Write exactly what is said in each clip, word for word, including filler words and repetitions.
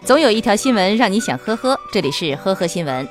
总有一条新闻让你想呵呵，这里是呵呵新闻。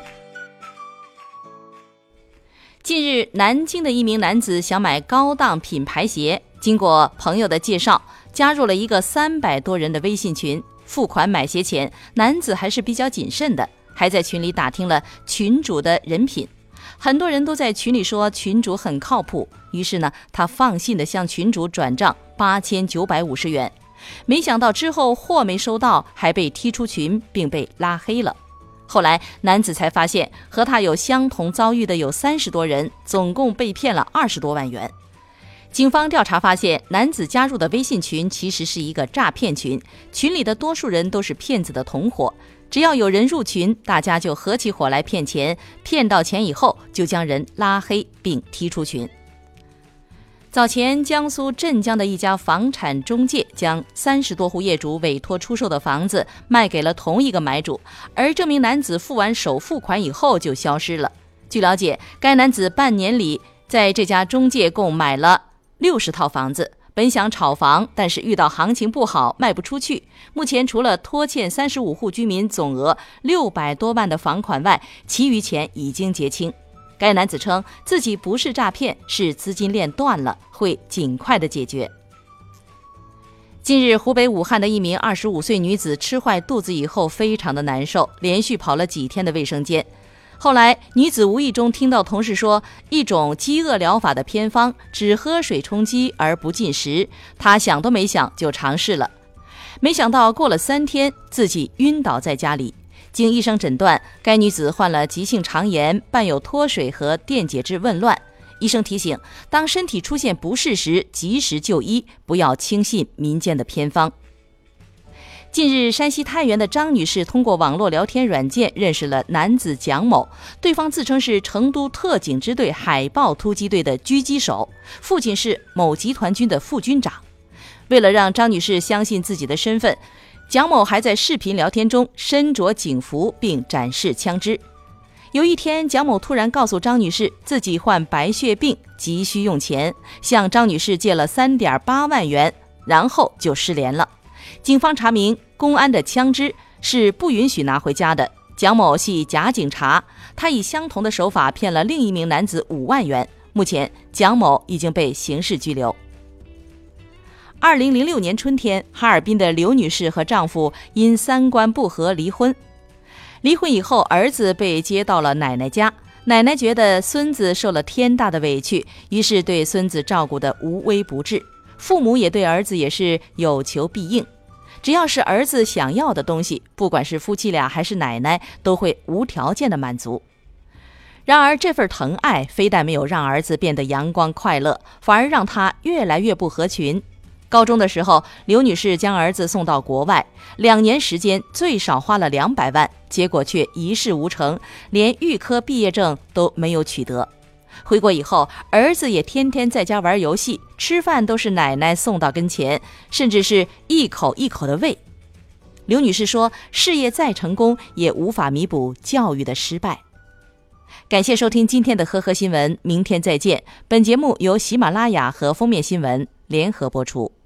近日，南京的一名男子想买高档品牌鞋，经过朋友的介绍，加入了一个三百多人的微信群。付款买鞋前，男子还是比较谨慎的，还在群里打听了群主的人品。很多人都在群里说群主很靠谱，于是呢，他放心地向群主转账八千九百五十元。没想到之后货没收到，还被踢出群并被拉黑了。后来男子才发现，和他有相同遭遇的有三十多人，总共被骗了二十多万元。警方调查发现，男子加入的微信群其实是一个诈骗群，群里的多数人都是骗子的同伙，只要有人入群，大家就合起伙来骗钱，骗到钱以后就将人拉黑并踢出群。早前，江苏镇江的一家房产中介将三十多户业主委托出售的房子卖给了同一个买主，而这名男子付完首付款以后就消失了。据了解，该男子半年里在这家中介共买了六十套房子，本想炒房，但是遇到行情不好，卖不出去。目前除了拖欠三十五户居民总额六百多万的房款外，其余钱已经结清。该男子称自己不是诈骗，是资金链断了，会尽快的解决。近日，湖北武汉的一名二十五岁女子吃坏肚子以后非常的难受，连续跑了几天的卫生间。后来女子无意中听到同事说一种饥饿疗法的偏方，只喝水充饥而不进食，她想都没想就尝试了。没想到过了三天，自己晕倒在家里。经医生诊断，该女子患了急性肠炎，伴有脱水和电解质紊乱。医生提醒，当身体出现不适时，及时就医，不要轻信民间的偏方。近日，山西太原的张女士通过网络聊天软件认识了男子蒋某，对方自称是成都特警支队海豹突击队的狙击手，父亲是某集团军的副军长。为了让张女士相信自己的身份，蒋某还在视频聊天中身着警服并展示枪支。有一天，蒋某突然告诉张女士自己患白血病，急需用钱，向张女士借了 三点八万元，然后就失联了。警方查明，公安的枪支是不允许拿回家的。蒋某系假警察，他以相同的手法骗了另一名男子五万元。目前，蒋某已经被刑事拘留。二零零六年春天，哈尔滨的刘女士和丈夫因三观不合离婚。离婚以后，儿子被接到了奶奶家，奶奶觉得孙子受了天大的委屈，于是对孙子照顾得无微不至。父母也对儿子也是有求必应，只要是儿子想要的东西，不管是夫妻俩还是奶奶，都会无条件的满足。然而，这份疼爱非但没有让儿子变得阳光快乐，反而让他越来越不合群。高中的时候，刘女士将儿子送到国外，两年时间最少花了两百万，结果却一事无成，连预科毕业证都没有取得。回国以后，儿子也天天在家玩游戏，吃饭都是奶奶送到跟前，甚至是一口一口的喂。刘女士说，事业再成功，也无法弥补教育的失败。感谢收听今天的呵呵新闻，明天再见。本节目由喜马拉雅和封面新闻联合播出。